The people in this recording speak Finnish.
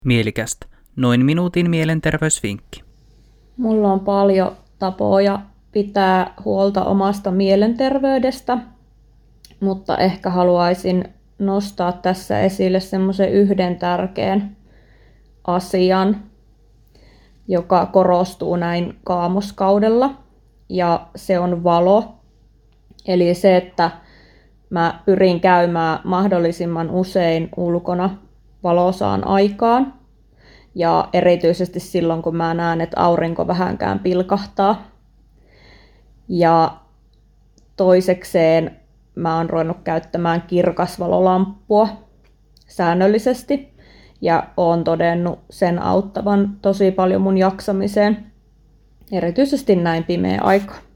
Mielikästä. Noin minuutin mielenterveysvinkki. Mulla on paljon tapoja pitää huolta omasta mielenterveydestä, mutta ehkä haluaisin nostaa tässä esille semmoisen yhden tärkeän asian, joka korostuu näin kaamoskaudella, ja se on valo. Eli se, että mä pyrin käymään mahdollisimman usein ulkona valosaan aikaan. Ja erityisesti silloin, kun mä näen, että aurinko vähänkään pilkahtaa. Ja toisekseen mä oon ruvennut käyttämään kirkasvalolamppua säännöllisesti. Ja oon todennut sen auttavan tosi paljon mun jaksamiseen, erityisesti näin pimeä aika.